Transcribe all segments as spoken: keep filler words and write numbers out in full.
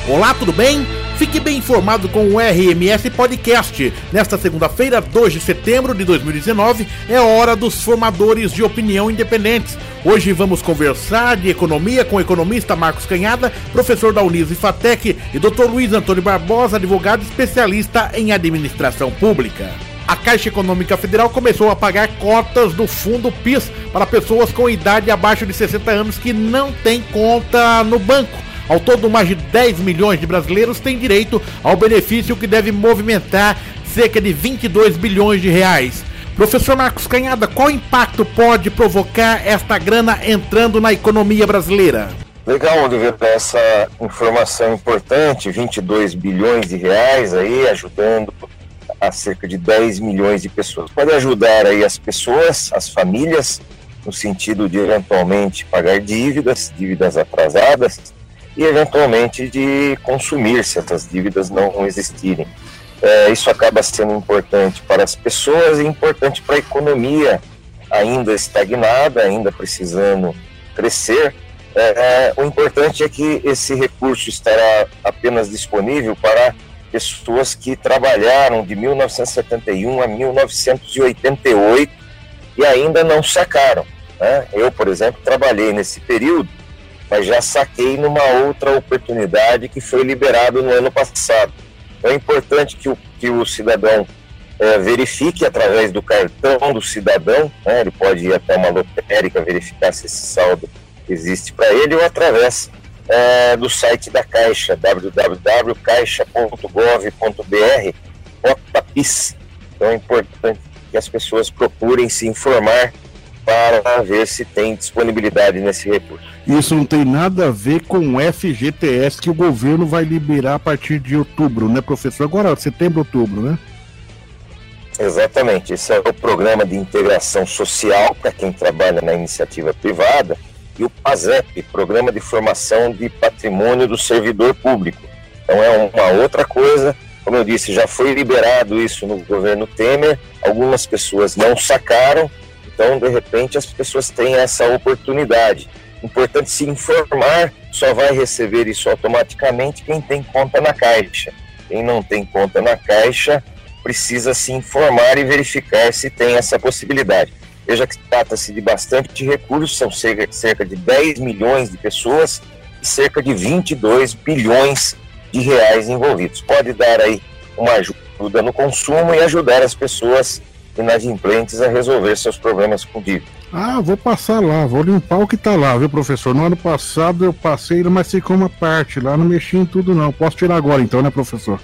Olá, tudo bem? Fique bem informado com o R M S Podcast. Nesta segunda-feira, dois de setembro de dois mil e dezenove, é hora dos formadores de opinião independentes. Hoje vamos conversar de economia com o economista Marcos Canhada, professor da Unizifatec, e doutor Luiz Antônio Barbosa, advogado especialista em administração pública. A Caixa Econômica Federal começou a pagar cotas do Fundo PIS para pessoas com idade abaixo de sessenta anos que não têm conta no banco. Ao todo, mais de dez milhões de brasileiros têm direito ao benefício que deve movimentar cerca de vinte e dois bilhões de reais. Professor Marcos Canhada, qual impacto pode provocar esta grana entrando na economia brasileira? Legal, Oliveira, essa informação importante, vinte e dois bilhões de reais aí, ajudando a cerca de dez milhões de pessoas. Pode ajudar aí as pessoas, as famílias, no sentido de eventualmente pagar dívidas, dívidas atrasadas, e eventualmente de consumir se essas dívidas não existirem. É, isso acaba sendo importante para as pessoas e importante para a economia, ainda estagnada, ainda precisando crescer. É, é, o importante é que esse recurso estará apenas disponível para pessoas que trabalharam de mil novecentos e setenta e um a mil novecentos e oitenta e oito e ainda não sacaram, né? Eu, por exemplo, trabalhei nesse período, mas já saquei numa outra oportunidade que foi liberado no ano passado. Então é importante que o, que o cidadão é, verifique através do cartão do cidadão, né? Ele pode ir até uma lotérica verificar se esse saldo existe para ele, ou através é, do site da Caixa, w w w ponto caixa ponto gov ponto b r, cota PIS. Então é importante que as pessoas procurem se informar para ver se tem disponibilidade nesse recurso. Isso não tem nada a ver com o F G T S que o governo vai liberar a partir de outubro, né, professor? Agora, setembro, outubro, né? Exatamente. Esse é o Programa de Integração Social para quem trabalha na iniciativa privada, e o PASEP, Programa de Formação de Patrimônio do Servidor Público. Então é uma outra coisa. Como eu disse, já foi liberado isso no governo Temer, algumas pessoas não sacaram. Então, de repente, as pessoas têm essa oportunidade. Importante se informar, só vai receber isso automaticamente quem tem conta na Caixa. Quem não tem conta na Caixa precisa se informar e verificar se tem essa possibilidade. Veja que trata-se de bastante recursos, são cerca, cerca de dez milhões de pessoas e cerca de vinte e dois bilhões de reais envolvidos. Pode dar aí uma ajuda no consumo e ajudar as pessoas inadimplentes a resolver seus problemas com dívida. Ah, vou passar lá, vou limpar o que tá lá, viu, professor? No ano passado eu passei, mas ficou uma parte lá, não mexi em tudo não. Posso tirar agora então, né, professor?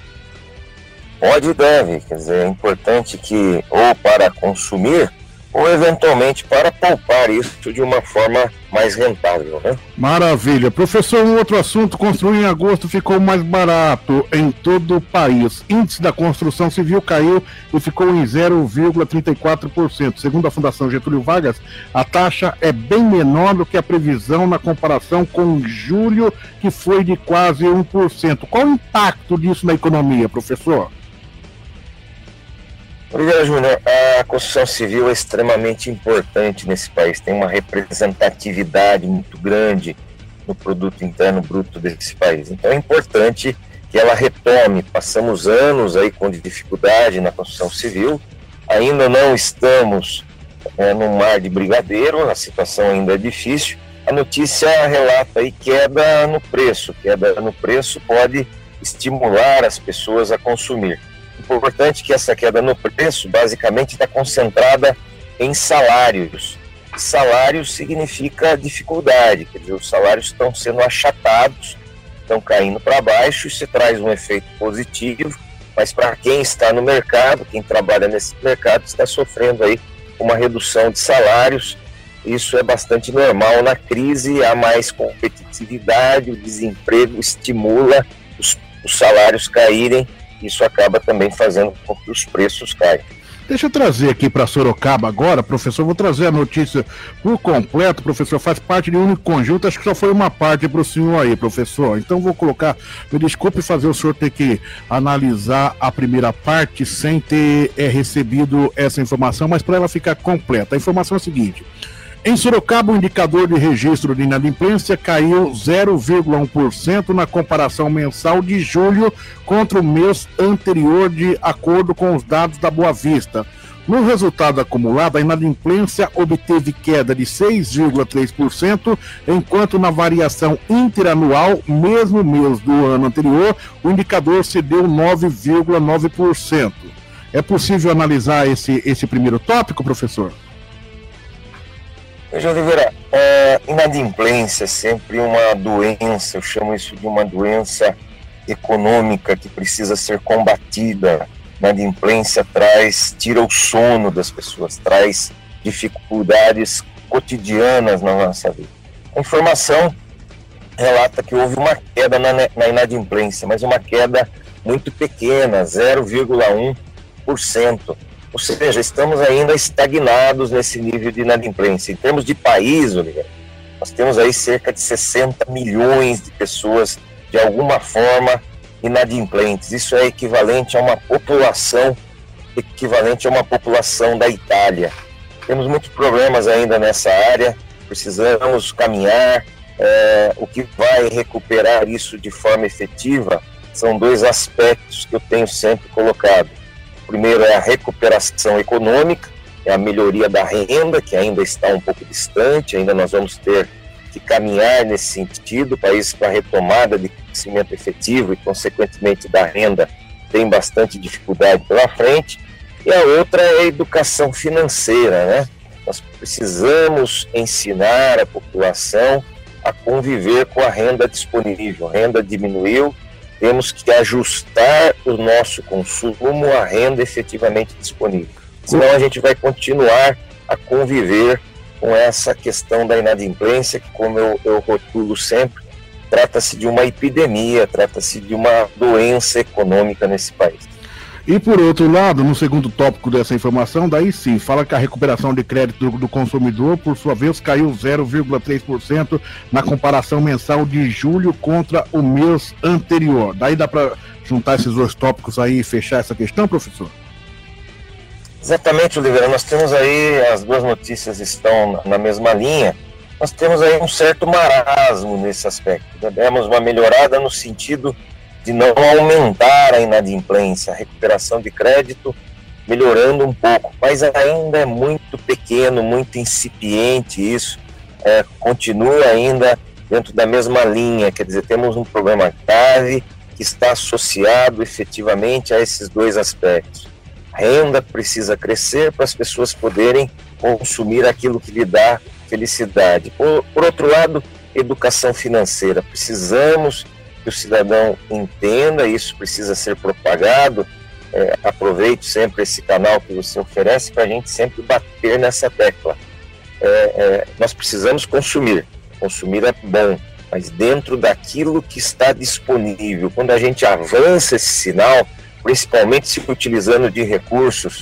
Pode e deve, quer dizer, é importante que ou para consumir ou eventualmente para poupar isso de uma forma mais rentável, né? Maravilha. Professor, um outro assunto, construir em agosto ficou mais barato em todo o país. Índice da construção civil caiu e ficou em zero vírgula trinta e quatro por cento. Segundo a Fundação Getúlio Vargas, a taxa é bem menor do que a previsão na comparação com julho, que foi de quase um por cento. Qual o impacto disso na economia, professor? Oliveira Júnior, a construção civil é extremamente importante nesse país, tem uma representatividade muito grande no produto interno bruto desse país. Então é importante que ela retome. Passamos anos aí com dificuldade na construção civil, ainda não estamos é, num mar de brigadeiro, a situação ainda é difícil. A notícia relata aí queda no preço, queda no preço pode estimular as pessoas a consumir. Importante que essa queda no preço basicamente está concentrada em salários. Salários significa dificuldade, quer dizer, os salários estão sendo achatados, estão caindo para baixo, isso traz um efeito positivo, mas para quem está no mercado, quem trabalha nesse mercado, está sofrendo aí uma redução de salários. Isso é bastante normal na crise, há mais competitividade, o desemprego estimula os, os salários caírem. Isso acaba também fazendo com que os preços caiam. Deixa eu trazer aqui para Sorocaba agora, professor, vou trazer a notícia por completo, professor, faz parte de um único conjunto, acho que só foi uma parte para o senhor aí, professor, então vou colocar, me desculpe fazer o senhor ter que analisar a primeira parte sem ter é, recebido essa informação, mas para ela ficar completa, a informação é a seguinte: Em Sorocaba, o indicador de registro de inadimplência caiu zero vírgula um por cento na comparação mensal de julho contra o mês anterior, de acordo com os dados da Boa Vista. No resultado acumulado, a inadimplência obteve queda de seis vírgula três por cento, enquanto na variação interanual, mesmo mês do ano anterior, o indicador cedeu nove vírgula nove por cento. É possível analisar esse, esse primeiro tópico, professor? Veja, Oliveira, é, inadimplência é sempre uma doença, eu chamo isso de uma doença econômica que precisa ser combatida. Inadimplência traz, tira o sono das pessoas, traz dificuldades cotidianas na nossa vida. A informação relata que houve uma queda na, na inadimplência, mas uma queda muito pequena, zero vírgula um por cento. Ou seja, estamos ainda estagnados nesse nível de inadimplência. Em termos de país, Oliveira, nós temos aí cerca de sessenta milhões de pessoas, de alguma forma, inadimplentes. Isso é equivalente a uma população, equivalente a uma população da Itália. Temos muitos problemas ainda nessa área, precisamos caminhar. É, o que vai recuperar isso de forma efetiva são dois aspectos que eu tenho sempre colocado. Primeiro é a recuperação econômica, é a melhoria da renda, que ainda está um pouco distante, ainda nós vamos ter que caminhar nesse sentido. O país, para a retomada de crescimento efetivo e, consequentemente, da renda, tem bastante dificuldade pela frente. E a outra é a educação financeira, né? Nós precisamos ensinar a população a conviver com a renda disponível. A renda diminuiu, temos que ajustar o nosso consumo à renda efetivamente disponível. Senão a gente vai continuar a conviver com essa questão da inadimplência, que, como eu, eu rotulo sempre, trata-se de uma epidemia, trata-se de uma doença econômica nesse país. E por outro lado, no segundo tópico dessa informação, daí sim, fala que a recuperação de crédito do, do consumidor, por sua vez, caiu zero vírgula três por cento na comparação mensal de julho contra o mês anterior. Daí dá para juntar esses dois tópicos aí e fechar essa questão, professor? Exatamente, Oliveira. Nós temos aí, as duas notícias estão na mesma linha. Nós temos aí um certo marasmo nesse aspecto. Demos uma melhorada no sentido de não aumentar a inadimplência, a recuperação de crédito melhorando um pouco, mas ainda é muito pequeno, muito incipiente isso, é, continua ainda dentro da mesma linha, quer dizer, temos um problema grave que está associado efetivamente a esses dois aspectos. A renda precisa crescer para as pessoas poderem consumir aquilo que lhe dá felicidade. Por, por outro lado, educação financeira, precisamos que o cidadão entenda, isso precisa ser propagado. É, aproveito sempre esse canal que você oferece para a gente sempre bater nessa tecla. É, é, nós precisamos consumir, consumir é bom, mas dentro daquilo que está disponível. Quando a gente avança esse sinal, principalmente se utilizando de recursos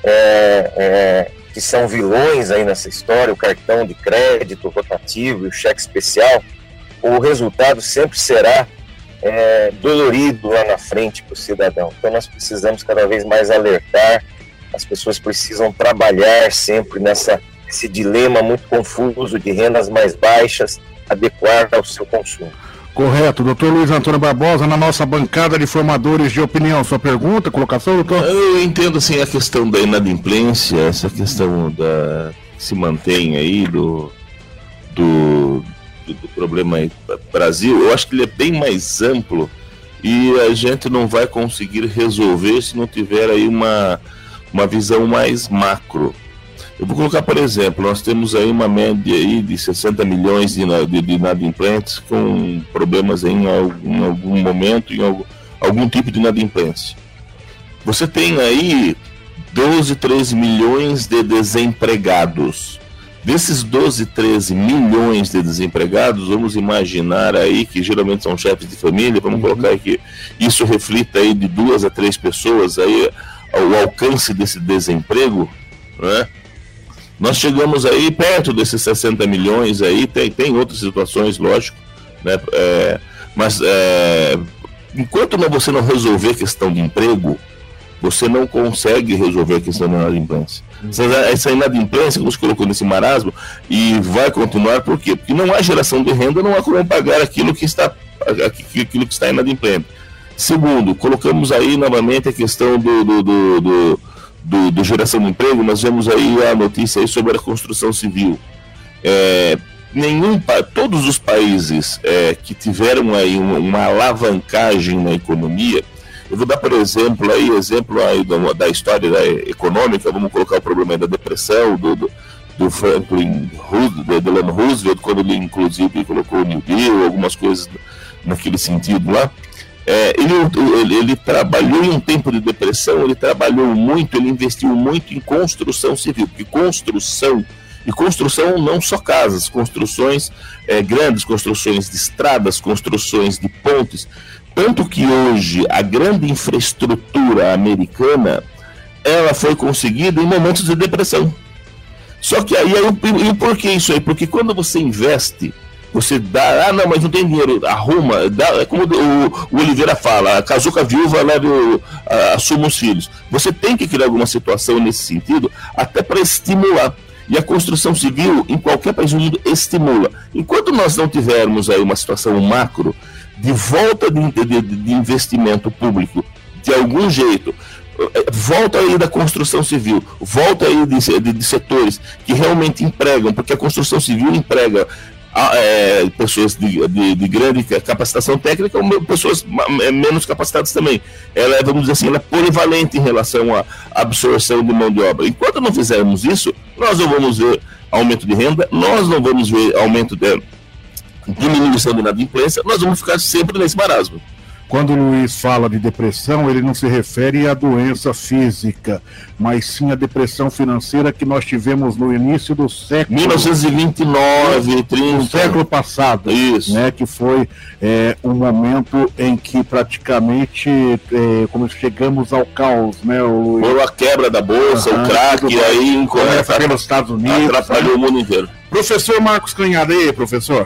é, é, que são vilões aí nessa história, o cartão de crédito rotativo e o cheque especial, o resultado sempre será É, dolorido lá na frente para o cidadão. Então nós precisamos cada vez mais alertar, as pessoas precisam trabalhar sempre nessa, esse dilema muito confuso de rendas mais baixas, adequar ao seu consumo. Correto. Doutor Luiz Antônio Barbosa, na nossa bancada de formadores de opinião, sua pergunta, colocação, doutor? Eu entendo assim a questão da inadimplência, essa questão da que se mantém aí do do do problema aí, Brasil, eu acho que ele é bem mais amplo e a gente não vai conseguir resolver se não tiver aí uma, uma visão mais macro. Eu vou colocar, por exemplo, nós temos aí uma média aí de sessenta milhões de, de, de inadimplentes com problemas em algum, em algum momento, em algum, algum tipo de inadimplência. Você tem aí doze, treze milhões de desempregados. Desses doze, treze milhões de desempregados, vamos imaginar aí que geralmente são chefes de família, vamos uhum. colocar aí que isso reflita aí de duas a três pessoas aí o alcance desse desemprego, né? Nós chegamos aí perto desses sessenta milhões aí, tem, tem outras situações, lógico, né? É, mas é, enquanto não, você não resolver a questão de emprego, você não consegue resolver a questão da inadimplência. Essa inadimplência que você colocou nesse marasmo e vai continuar, por quê? Porque não há geração de renda, não há como pagar aquilo que está, aquilo que está inadimplente. Segundo, colocamos aí novamente a questão do, do, do, do, do, do geração de emprego. Nós vemos aí a notícia aí sobre a construção civil. É, nenhum, todos os países é, que tiveram aí uma, uma alavancagem na economia, eu vou dar, por exemplo, aí, exemplo aí da, da história da econômica, vamos colocar o problema aí da depressão, do, do, do Franklin Roosevelt, Delano Roosevelt, quando ele inclusive colocou o New Deal, algumas coisas naquele sentido lá. É, ele, ele, ele trabalhou em um tempo de depressão, ele trabalhou muito, ele investiu muito em construção civil, porque construção, e construção não só casas, construções é, grandes, construções de estradas, construções de pontes. Tanto que hoje a grande infraestrutura americana, ela foi conseguida em momentos de depressão. Só que aí, aí e por que isso aí? Porque quando você investe, você dá, ah não, mas não tem dinheiro, arruma, dá, é como o, o Oliveira fala, casou com a viúva, leva o, a, assuma os filhos. Você tem que criar alguma situação nesse sentido, até para estimular. E a construção civil, em qualquer país do mundo, estimula. Enquanto nós não tivermos aí uma situação macro, de volta de, de, de investimento público, de algum jeito, volta aí da construção civil, volta aí de, de, de setores que realmente empregam, porque a construção civil emprega é, pessoas de, de, de grande capacitação técnica ou pessoas menos capacitadas também. Ela é, vamos dizer assim, ela é polivalente em relação à absorção de mão de obra. Enquanto não fizermos isso, nós não vamos ver aumento de renda, nós não vamos ver aumento de diminuição de inadimplência, nós vamos ficar sempre nesse marasmo. Quando o Luiz fala de depressão, ele não se refere à doença física, mas sim à depressão financeira que nós tivemos no início do século... mil novecentos e vinte e nove, trinta... No século passado. Isso. Né, que foi é, um momento em que praticamente é, como chegamos ao caos, né, o Luiz? Foi a quebra da bolsa, uhum, o crack, e aí... Começa pelos Estados Unidos. Atrapalhou, né? O mundo inteiro. Professor Marcos Canhada, aí, professor?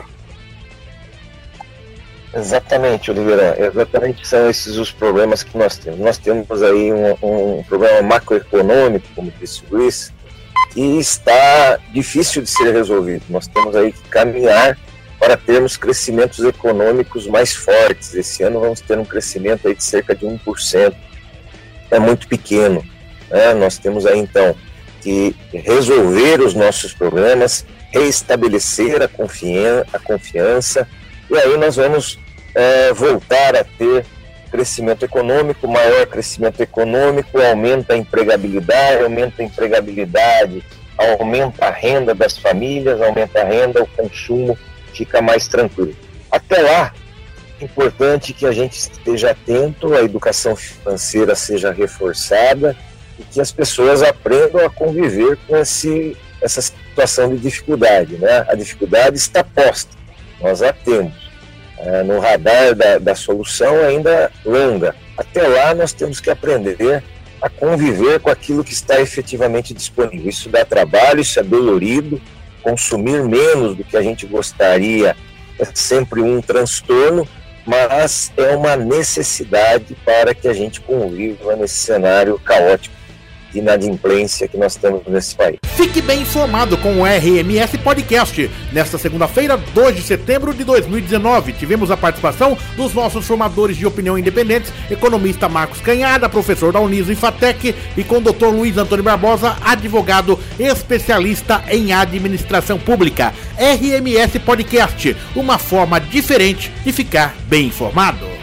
Exatamente, Oliveira, exatamente são esses os problemas que nós temos. Nós temos aí um, um problema macroeconômico, como disse o Luiz, que está difícil de ser resolvido. Nós temos aí que caminhar para termos crescimentos econômicos mais fortes. Esse ano vamos ter um crescimento aí de cerca de um por cento. É muito pequeno, né? Nós temos aí então que resolver os nossos problemas, reestabelecer a, confian- a confiança, e aí nós vamos É, voltar a ter crescimento econômico. Maior crescimento econômico aumenta a empregabilidade, aumenta a empregabilidade, aumenta a renda das famílias, aumenta a renda, o consumo fica mais tranquilo. Até lá, é importante que a gente esteja atento, a educação financeira seja reforçada e que as pessoas aprendam a conviver com esse, essa situação de dificuldade, né? A dificuldade está posta, nós a temos. É, no radar da, da solução ainda longa. Até lá nós temos que aprender a conviver com aquilo que está efetivamente disponível. Isso dá trabalho, isso é dolorido, consumir menos do que a gente gostaria é sempre um transtorno, mas é uma necessidade para que a gente conviva nesse cenário caótico de inadimplência que nós temos nesse país. Fique bem informado com o R M S Podcast. Nesta segunda-feira, dois de setembro de dois mil e dezenove, tivemos a participação dos nossos formadores de opinião independentes, economista Marcos Canhada, professor da Uniso Infatec, e com o doutor Luiz Antônio Barbosa, advogado especialista em administração pública. R M S Podcast, uma forma diferente de ficar bem informado.